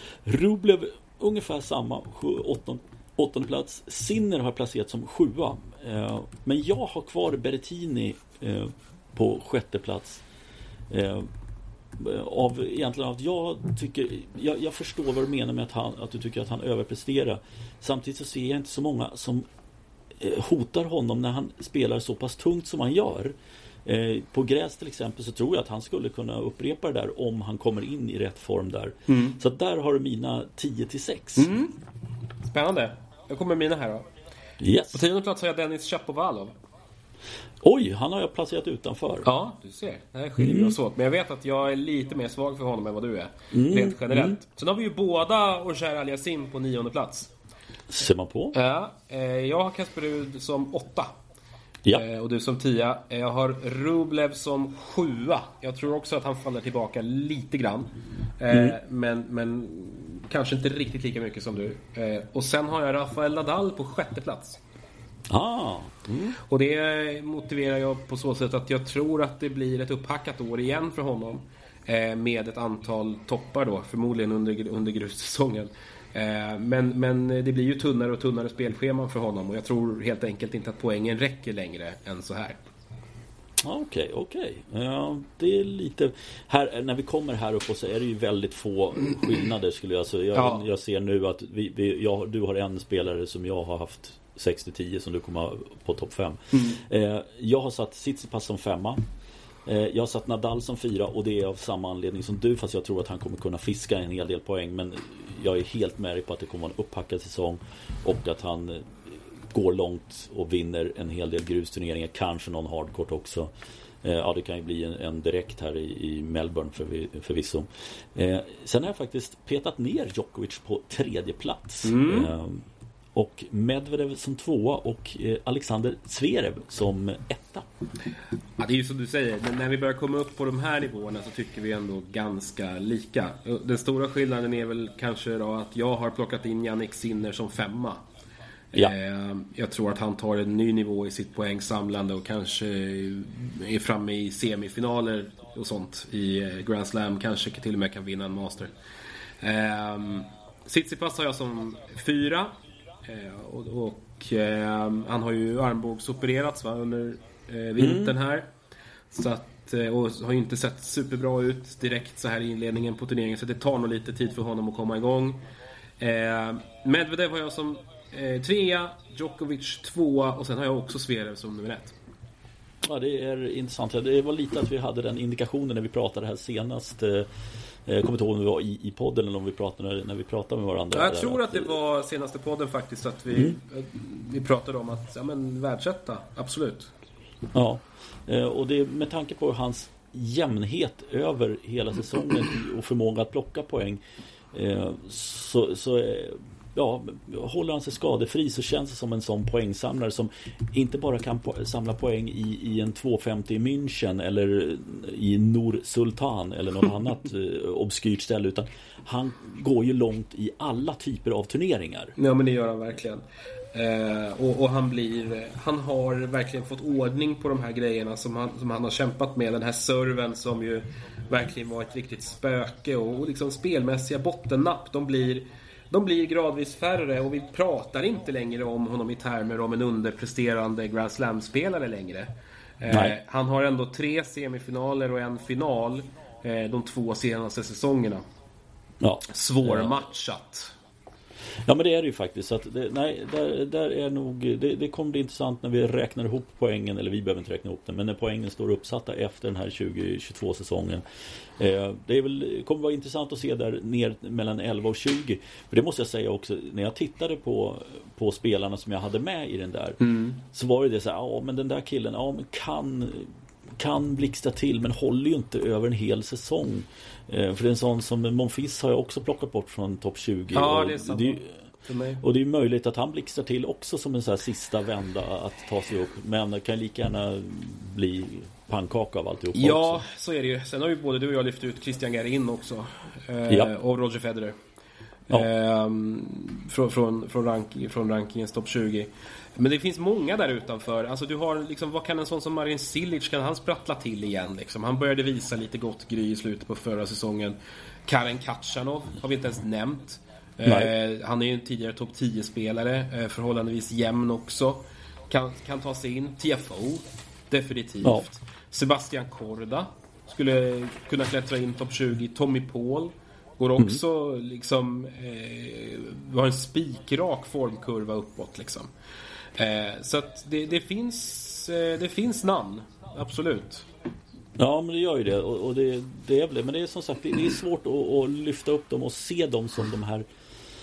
Rublev ungefär samma, åttonde åttonde plats. Sinner har placerat som sjua. Eh, men jag har kvar Berrettini eh, på sjätte plats. Eh, av egentligen att jag tycker, jag, jag förstår vad du menar med att, han, att du tycker att han överpresterar. Samtidigt så ser jag inte så många som eh, hotar honom när han spelar så pass tungt som han gör. Eh, på gräs till exempel så tror jag att han skulle kunna upprepa det där om han kommer in i rätt form där. Mm. Så där har du mina tio till sex. Mm. Spännande. Jag kommer med mina här då. Yes. På tionde plats har jag Denis Shapovalov. Oj, han har jag placerat utanför. Ja, du ser. Det här skiljer mm. oss åt. Men jag vet att jag är lite mer svag för honom än vad du är. Mm. Rent generellt. Mm. Sen har vi ju båda Auger-Aliassime på nionde plats. Ser man på? Ja, eh, jag har Kasper Ruud som åtta. Ja. Eh, och du som tia. Jag har Rublev som sjua. Jag tror också att han faller tillbaka lite grann. Eh, mm. Men... men kanske inte riktigt lika mycket som du. Eh, och sen har jag Rafael Nadal på sjätte plats. Ah. Mm. Och det motiverar jag på så sätt att jag tror att det blir ett upphackat år igen för honom. Eh, med ett antal toppar då. Förmodligen under, under grussäsongen. Eh, men, men det blir ju tunnare och tunnare spelscheman för honom. Och jag tror helt enkelt inte att poängen räcker längre än så här. Okej, okej. Ja, det är lite här, när vi kommer här uppe så är det ju väldigt få skillnader skulle jag säga. Jag, ja. jag ser nu att vi, vi, jag, du har en spelare som jag har haft sex till tio som du kommer på topp fem. Mm. Eh, jag har satt Tsitsipas som femma. Eh, jag har satt Nadal som fyra, och det är av samma anledning som du, fast jag tror att han kommer kunna fiska en hel del poäng, men jag är helt med på att det kommer vara en upphackad säsong och att han går långt och vinner en hel del grusturneringar, kanske någon hardcourt också. Eh, ja, det kan ju bli en, en direkt här i, i Melbourne för, förvisso. Eh, sen har jag faktiskt petat ner Djokovic på tredje plats. Mm. Eh, och Medvedev som tvåa och eh, Alexander Zverev som etta. Ja, det är ju som du säger, men när vi börjar komma upp på de här nivåerna så tycker vi ändå ganska lika. Den stora skillnaden är väl kanske då att jag har plockat in Jannik Sinner som femma. Ja. Jag tror att han tar en ny nivå i sitt poängsamlande och kanske är framme i semifinaler och sånt i Grand Slam, kanske till och med kan vinna en master. Um, Tsitsipas har jag som fyra, uh, och, och uh, han har ju armbågsopererats va, under uh, vintern här. Mm. Så att, uh, och har ju inte sett superbra ut direkt så här i inledningen på turneringen, så det tar nog lite tid för honom att komma igång. Eh, Medvedev har jag som eh, trea, Djokovic tvåa och sen har jag också Zverev som nummer ett. Ja, det är intressant. Det var lite att vi hade den indikationen när vi pratade här senast. Jag kommer inte ihåg om vi var i, i podden eller om vi pratade när vi pratade med varandra. Ja, jag tror att det var senaste podden faktiskt att vi, mm. vi pratade om att ja, men världsetta, absolut. Ja, och det med tanke på hans jämnhet över hela säsongen och förmåga att plocka poäng så, så ja, håller han sig skadefri så känns det som en sån poängsamlare som inte bara kan po- samla poäng i, i en tvåhundrafemtio i München eller i Nur Sultan eller något annat eh, obskyrt ställe, utan han går ju långt i alla typer av turneringar. Ja, men det gör han verkligen. Eh, och, och han blir han har verkligen fått ordning på de här grejerna som han, som han har kämpat med. Den här serven som ju verkligen var ett riktigt spöke och, och liksom spelmässiga bottennapp, de blir De blir gradvis färre och vi pratar inte längre om honom i termer om en underpresterande Grand Slam-spelare längre. Eh, han har ändå tre semifinaler och en final eh, de två senaste säsongerna. Ja. Svårmatchat. Ja, men det är det ju faktiskt. Så att det, nej, där, där är nog, det, det kommer bli intressant när vi räknar ihop poängen, eller vi behöver inte räkna ihop den, men när poängen står uppsatta efter den här tjugo tjugotvå-säsongen. Eh, det är väl, kommer vara intressant att se där ner mellan elva och tjugo. För det måste jag säga också, när jag tittade på, på spelarna som jag hade med i den där, mm. så var det det så här, ja men den där killen, ja men kan... kan blixtra till men håller ju inte över en hel säsong. Eh, för det är en sån som Monfils har jag också plockat bort från topp tjugo. Ja, och det är sant. Det, och det är möjligt att han blixtrar till också som en så här sista vända att ta sig upp. Men det kan lika gärna bli pannkaka av alltihop. Ja, också. Så är det ju. Sen har ju både du och jag lyft ut Christian Garin också. Eh, ja. Och Roger Federer. Ja. Eh, från, från, från, rank, från rankingens topp tjugo. Men det finns många där utanför. Alltså du har liksom, vad kan en sån som Marin Cilic, kan han sprattla till igen liksom? Han började visa lite gott gry i slutet på förra säsongen. Karen Khachanov har vi inte ens nämnt. Eh, han är ju en tidigare topp tio-spelare, eh, förhållandevis jämn också. Kan, kan ta sig in. T F O, definitivt. Ja. Sebastian Korda skulle kunna klättra in topp tjugo. Tommy Paul går också mm. liksom eh, har en spikrak formkurva uppåt liksom. Eh, så att det, det finns eh, det finns namn, absolut. Ja, men det gör ju det och, och det, det är väl, men det är som sagt det, det är svårt att, att lyfta upp dem och se dem som de här.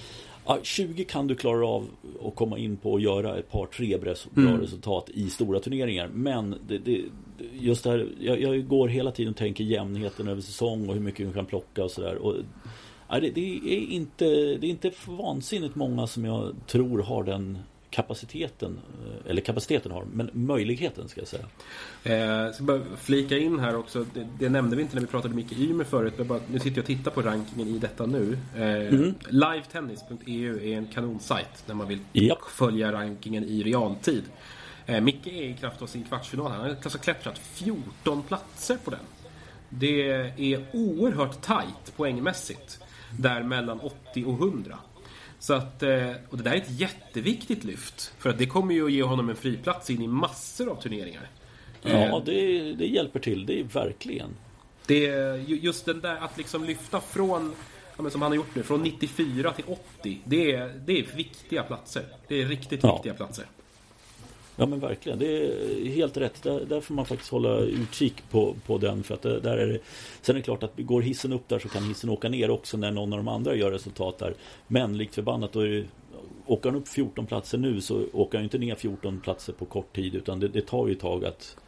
Ja, tjugo kan du klara av att komma in på och göra ett par tre bra mm. resultat i stora turneringar, men det, det, just det här, jag, jag går hela tiden och tänker jämnheten över säsong och hur mycket du kan plocka och sådär, och ja, det, det är inte det är inte vansinnigt många som jag tror har den kapaciteten, eller kapaciteten har, men möjligheten ska jag säga. Eh, ska bara flika in här också, det, det nämnde vi inte när vi pratade mycket Ymer förut, men bara, nu sitter jag och tittar på rankingen i detta nu. Eh, mm. livetennis punkt e u är en kanonsajt när man vill yep. följa rankingen i realtid. Eh, Micke är i kraft av sin kvartsfinal, han har alltså klättrat fjorton platser på den. Det är oerhört tajt poängmässigt, där mellan åttio och hundra. Så att, och det där är ett jätteviktigt lyft, för att det kommer ju att ge honom en friplats in i massor av turneringar. Ja, det, det hjälper till, det är verkligen. Det är just den där att liksom lyfta från, ja, men som han har gjort nu, från nittiofyra till åttio. Det är, det är viktiga platser. Det är riktigt ja. viktiga platser. Ja, men verkligen, det är helt rätt. Där, där får man faktiskt hålla utkik på, på den, för att det, där är det. Sen är det klart att går hissen upp där så kan hissen åka ner också när någon av de andra gör resultat där. Men likt förbannat, då är det, åker han upp fjorton platser nu så åker han inte ner fjorton platser på kort tid, utan det, det tar ju ett tag att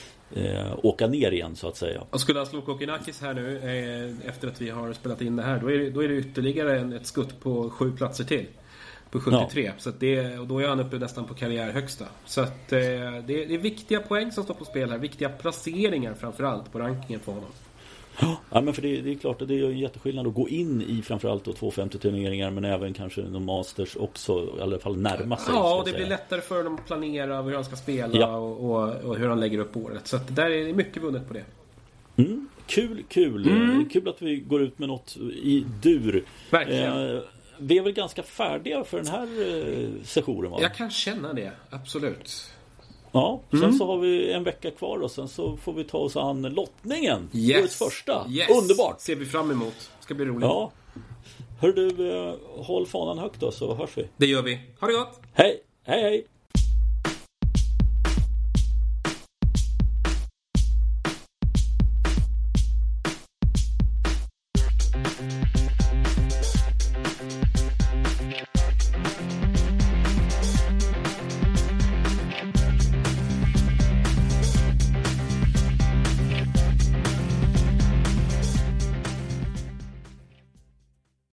eh, åka ner igen så att säga. Och skulle han slå Kokinakis här nu eh, efter att vi har spelat in det här, då är det, då är det ytterligare en, ett skutt på sju platser till. På sjuttiotre, ja. Så att det, och då är han uppe nästan på karriärhögsta. Så att eh, det, det är viktiga poäng som står på spel här. Viktiga placeringar framförallt på rankingen för honom. Ja, men för det, det är klart att det är en jätteskillnad att gå in i framförallt då tvåhundrafemtio-turneringar, men även kanske någon Masters också, i alla fall närma sig. Ja, och det blir lättare för dem att planera hur han ska spela ja. och, och, och hur han lägger upp året. Så att det där är mycket vunnet på det. Mm, kul, kul. Mm. Kul att vi går ut med något i dur. Verkligen. Eh, Vi är väl ganska färdiga för den här eh, sessionen, va? Jag kan känna det, absolut. Ja, sen mm. så har vi en vecka kvar och sen så får vi ta oss an lottningen. Yes. Årets första. Yes. Underbart. Ser vi fram emot. Det ska bli roligt. Ja. Hör du, håll fanan högt då så hörs vi. Det gör vi. Ha det gott! Hej, hej, hej!